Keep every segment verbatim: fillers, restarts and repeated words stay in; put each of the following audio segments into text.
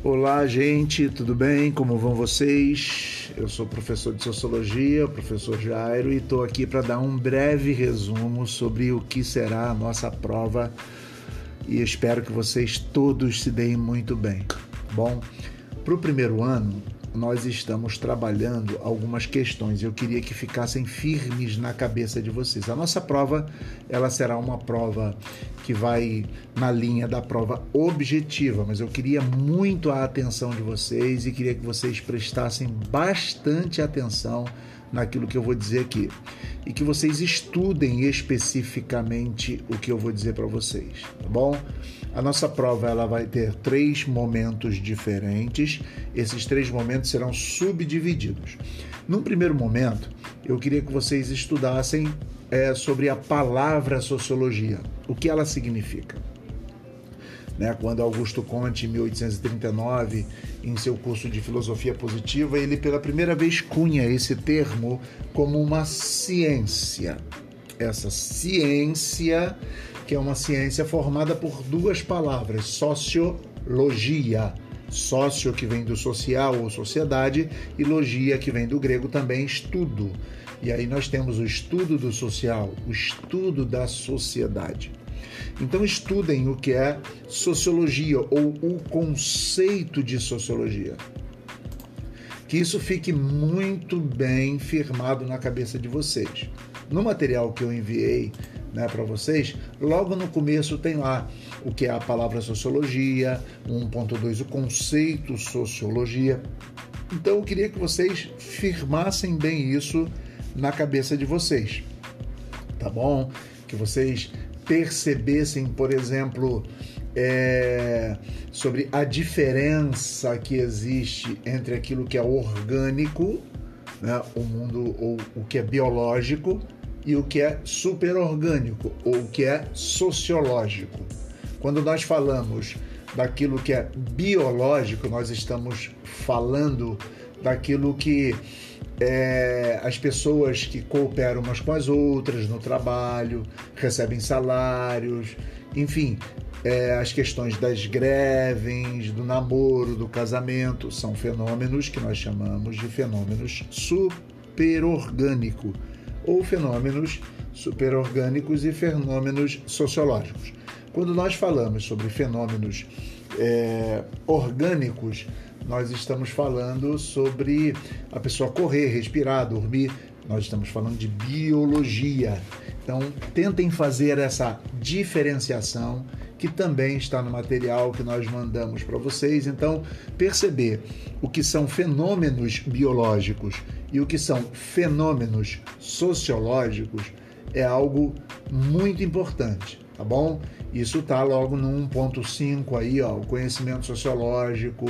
Olá, gente, tudo bem? Como vão vocês? Eu sou professor de Sociologia, o professor Jairo, e estou aqui para dar um breve resumo sobre o que será a nossa prova e espero que vocês todos se deem muito bem. Bom, para o primeiro ano, nós estamos trabalhando algumas questões e eu queria que ficassem firmes na cabeça de vocês. A nossa prova, ela será uma prova que vai na linha da prova objetiva, mas eu queria muito a atenção de vocês e queria que vocês prestassem bastante atenção naquilo que eu vou dizer aqui e que vocês estudem especificamente o que eu vou dizer para vocês, tá bom? A nossa prova ela vai ter três momentos diferentes. Esses três momentos serão subdivididos. Num primeiro momento, eu queria que vocês estudassem é, sobre a palavra sociologia, o que ela significa. Né? Quando Augusto Comte, em mil oitocentos e trinta e nove, em seu curso de filosofia positiva, ele pela primeira vez cunha esse termo como uma ciência. Essa ciência, que é uma ciência formada por duas palavras, sociologia, sócio que vem do social ou sociedade, e logia que vem do grego também, estudo. E aí nós temos o estudo do social, o estudo da sociedade. Então estudem o que é sociologia ou o conceito de sociologia. Que isso fique muito bem firmado na cabeça de vocês. No material que eu enviei, né, para vocês, logo no começo tem lá o que é a palavra sociologia, um ponto dois, o conceito sociologia. Então eu queria que vocês firmassem bem isso na cabeça de vocês, tá bom? Que vocês percebessem, por exemplo, é, sobre a diferença que existe entre aquilo que é orgânico, né, o mundo, ou o que é biológico, e o que é superorgânico, ou o que é sociológico. Quando nós falamos daquilo que é biológico, nós estamos falando daquilo que é, as pessoas que cooperam umas com as outras no trabalho, recebem salários, enfim, é, as questões das greves, do namoro, do casamento, são fenômenos que nós chamamos de fenômenos superorgânicos, ou fenômenos superorgânicos e fenômenos sociológicos. Quando nós falamos sobre fenômenos é, orgânicos, nós estamos falando sobre a pessoa correr, respirar, dormir, nós estamos falando de biologia. Então, tentem fazer essa diferenciação, que também está no material que nós mandamos para vocês. Então, perceber o que são fenômenos biológicos e o que são fenômenos sociológicos é algo muito importante, tá bom? Isso está logo no um ponto cinco aí, ó, o conhecimento sociológico,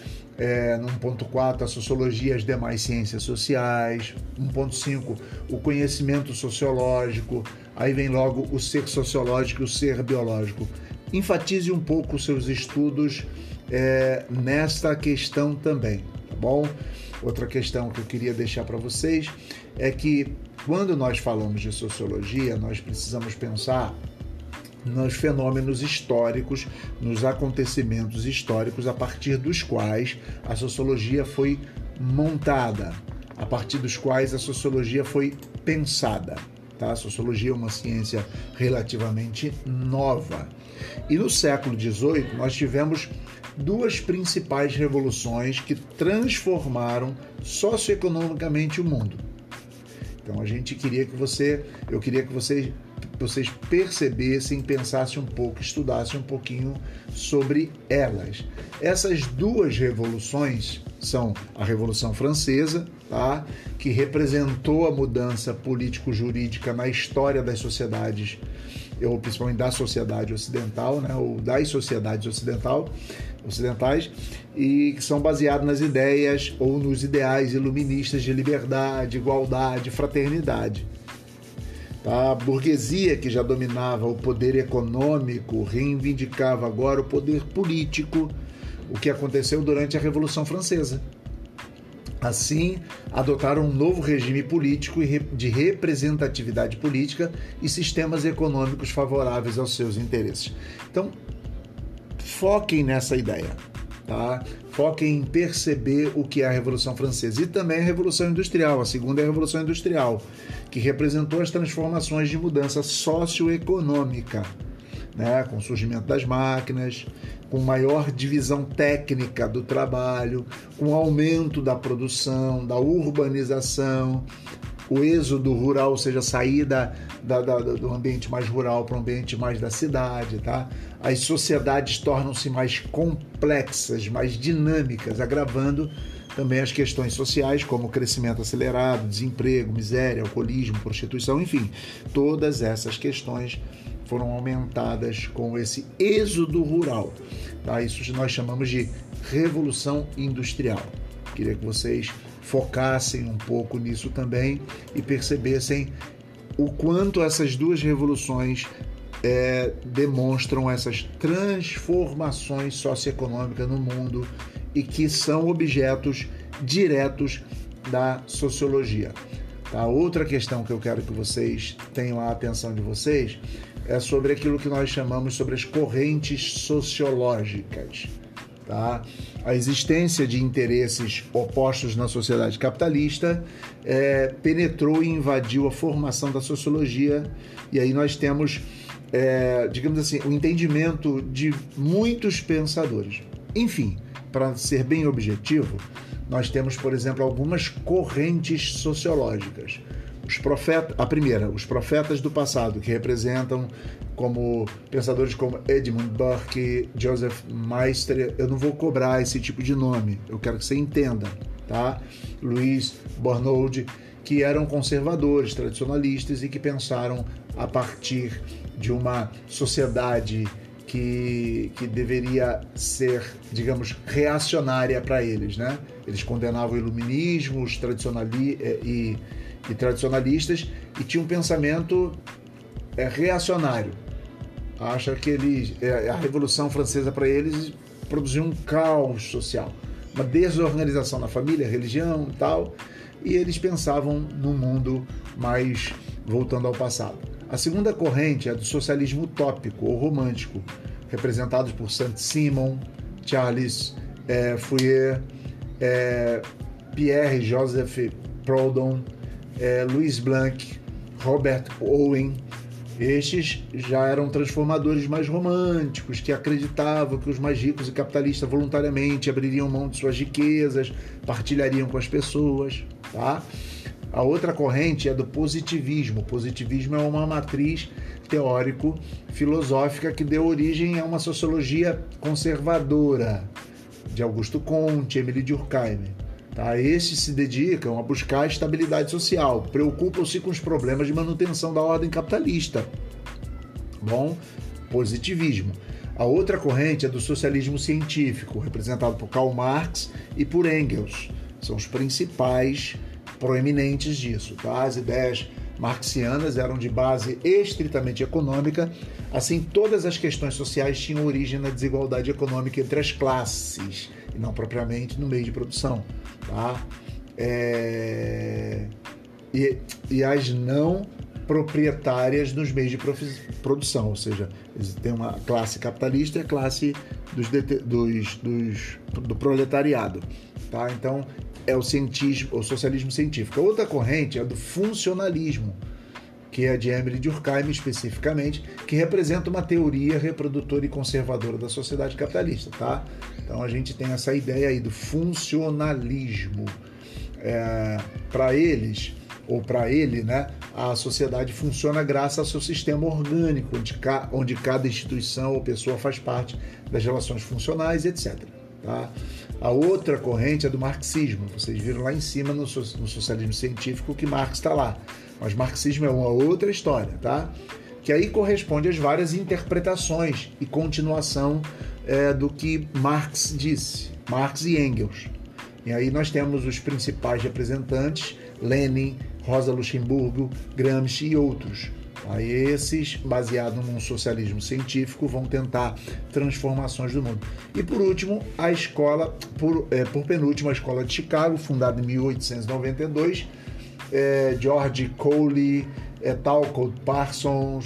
é, no um ponto quatro, a sociologia e as demais ciências sociais, um ponto cinco, o conhecimento sociológico, aí vem logo o ser sociológico e o ser biológico. Enfatize um pouco os seus estudos é, nesta questão também, tá bom? Outra questão que eu queria deixar para vocês é que quando nós falamos de sociologia, nós precisamos pensar nos fenômenos históricos, nos acontecimentos históricos a partir dos quais a sociologia foi montada, a partir dos quais a sociologia foi pensada. Tá? A sociologia é uma ciência relativamente nova. E no século dezoito nós tivemos duas principais revoluções que transformaram socioeconomicamente o mundo. Então a gente queria que você, eu queria que vocês, vocês percebessem, pensassem um pouco, estudassem um pouquinho sobre elas. Essas duas revoluções são a Revolução Francesa, tá? Que representou a mudança político-jurídica na história das sociedades, ou principalmente da sociedade ocidental, né? Ou das sociedades ocidental, ocidentais, e que são baseados nas ideias ou nos ideais iluministas de liberdade, igualdade, fraternidade. Tá? A burguesia, que já dominava o poder econômico, reivindicava agora o poder político, o que aconteceu durante a Revolução Francesa. Assim, adotaram um novo regime político e de representatividade política e sistemas econômicos favoráveis aos seus interesses. Então, foquem nessa ideia, tá? foquem em perceber o que é a Revolução Francesa e também a Revolução Industrial, a segunda é a Revolução Industrial, que representou as transformações de mudança socioeconômica, né, com o surgimento das máquinas, com maior divisão técnica do trabalho, com o aumento da produção, da urbanização, o êxodo rural, ou seja, a saída da, da, do ambiente mais rural para o ambiente mais da cidade, tá? As sociedades tornam-se mais complexas, mais dinâmicas, agravando também as questões sociais, como o crescimento acelerado, desemprego, miséria, alcoolismo, prostituição, enfim, todas essas questões foram aumentadas com esse êxodo rural, tá? Isso nós chamamos de Revolução Industrial. Queria que vocês focassem um pouco nisso também e percebessem o quanto essas duas revoluções é, demonstram essas transformações socioeconômicas no mundo e que são objetos diretos da sociologia. Tá? Outra questão que eu quero que vocês tenham a atenção de vocês é sobre aquilo que nós chamamos sobre as correntes sociológicas. Tá? A existência de interesses opostos na sociedade capitalista é, penetrou e invadiu a formação da sociologia, e aí nós temos, é, digamos assim, o entendimento de muitos pensadores. Enfim, para ser bem objetivo, nós temos, por exemplo, algumas correntes sociológicas. Os profetas, a primeira, os profetas do passado, que representam como pensadores como Edmund Burke, Joseph Meister. Eu não vou cobrar esse tipo de nome, eu quero que você entenda, tá? Louis Bornaud, que eram conservadores, tradicionalistas e que pensaram a partir de uma sociedade que, que deveria ser, digamos, reacionária para eles, né? Eles condenavam o iluminismo, os tradicionali e, e tradicionalistas, e tinham um pensamento é, reacionário. Acha que eles, a Revolução Francesa para eles produziu um caos social, uma desorganização na família, religião e tal, e eles pensavam num mundo mais voltando ao passado. A segunda corrente é do socialismo utópico ou romântico, representados por Saint-Simon, Charles é, Fourier, é, Pierre-Joseph Proudhon, é, Louis Blanc, Robert Owen. Estes já eram transformadores mais românticos, que acreditavam que os mais ricos e capitalistas voluntariamente abririam mão de suas riquezas, partilhariam com as pessoas, tá? A outra corrente é do positivismo. O positivismo é uma matriz teórico-filosófica que deu origem a uma sociologia conservadora, de Augusto Comte, Emile Durkheim. Tá? Esses se dedicam a buscar a estabilidade social, preocupam-se com os problemas de manutenção da ordem capitalista. Bom, positivismo. A outra corrente é do socialismo científico, representado por Karl Marx e por Engels. São os principais proeminentes disso. Tá? As ideias marxianas eram de base estritamente econômica, assim todas as questões sociais tinham origem na desigualdade econômica entre as classes, e não propriamente no meio de produção. Tá? É... E, e as não proprietárias nos meios de produção, ou seja, tem uma classe capitalista e a classe dos, dos, dos, do proletariado. Tá? Então, é o cientismo, o socialismo científico. A outra corrente é do funcionalismo, que é a de Emile Durkheim especificamente, que representa uma teoria reprodutora e conservadora da sociedade capitalista. Tá? Então, a gente tem essa ideia aí do funcionalismo. É, para eles, ou para ele, né, a sociedade funciona graças ao seu sistema orgânico, onde, ca, onde cada instituição ou pessoa faz parte das relações funcionais, etcétera. Tá? A outra corrente é do marxismo. Vocês viram lá em cima no, so, no socialismo científico que Marx está lá. Mas marxismo é uma outra história, tá? Que aí corresponde às várias interpretações e continuação é, do que Marx disse, Marx e Engels. E aí nós temos os principais representantes, Lenin, Rosa Luxemburgo, Gramsci e outros. Aí esses, baseados num socialismo científico, vão tentar transformações do mundo. E por último, a escola, por, é, por penúltimo, a Escola de Chicago, fundada em mil oitocentos e noventa e dois, é, George Coley, é, Talcott Parsons,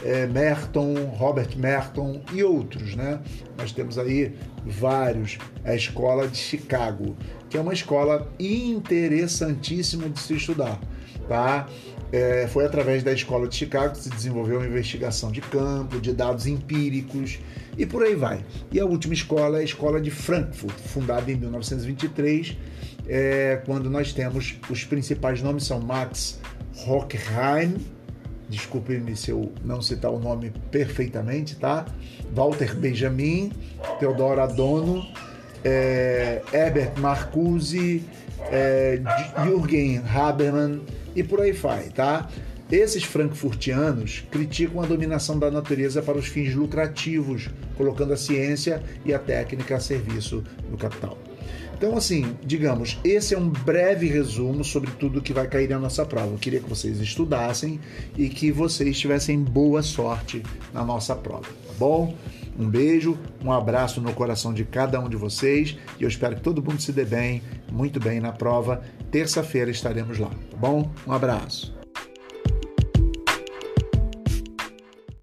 é, Merton, Robert Merton e outros, né? Nós temos aí vários. A Escola de Chicago, que é uma escola interessantíssima de se estudar, tá? É, foi através da Escola de Chicago que se desenvolveu uma investigação de campo, de dados empíricos e por aí vai. E a última escola é a Escola de Frankfurt, fundada em mil novecentos e vinte e três, é, quando nós temos os principais nomes são Max Horkheim, desculpe-me se eu não citar o nome perfeitamente, tá? Walter Benjamin, Theodor Adorno, é, Herbert Marcuse, é, Jürgen Habermas e por aí vai, tá? Esses frankfurtianos criticam a dominação da natureza para os fins lucrativos, colocando a ciência e a técnica a serviço do capital. Então, assim, digamos, esse é um breve resumo sobre tudo que vai cair na nossa prova. Eu queria que vocês estudassem e que vocês tivessem boa sorte na nossa prova, tá bom? Um beijo, um abraço no coração de cada um de vocês e eu espero que todo mundo se dê bem, muito bem na prova. Terça-feira estaremos lá, tá bom? Um abraço.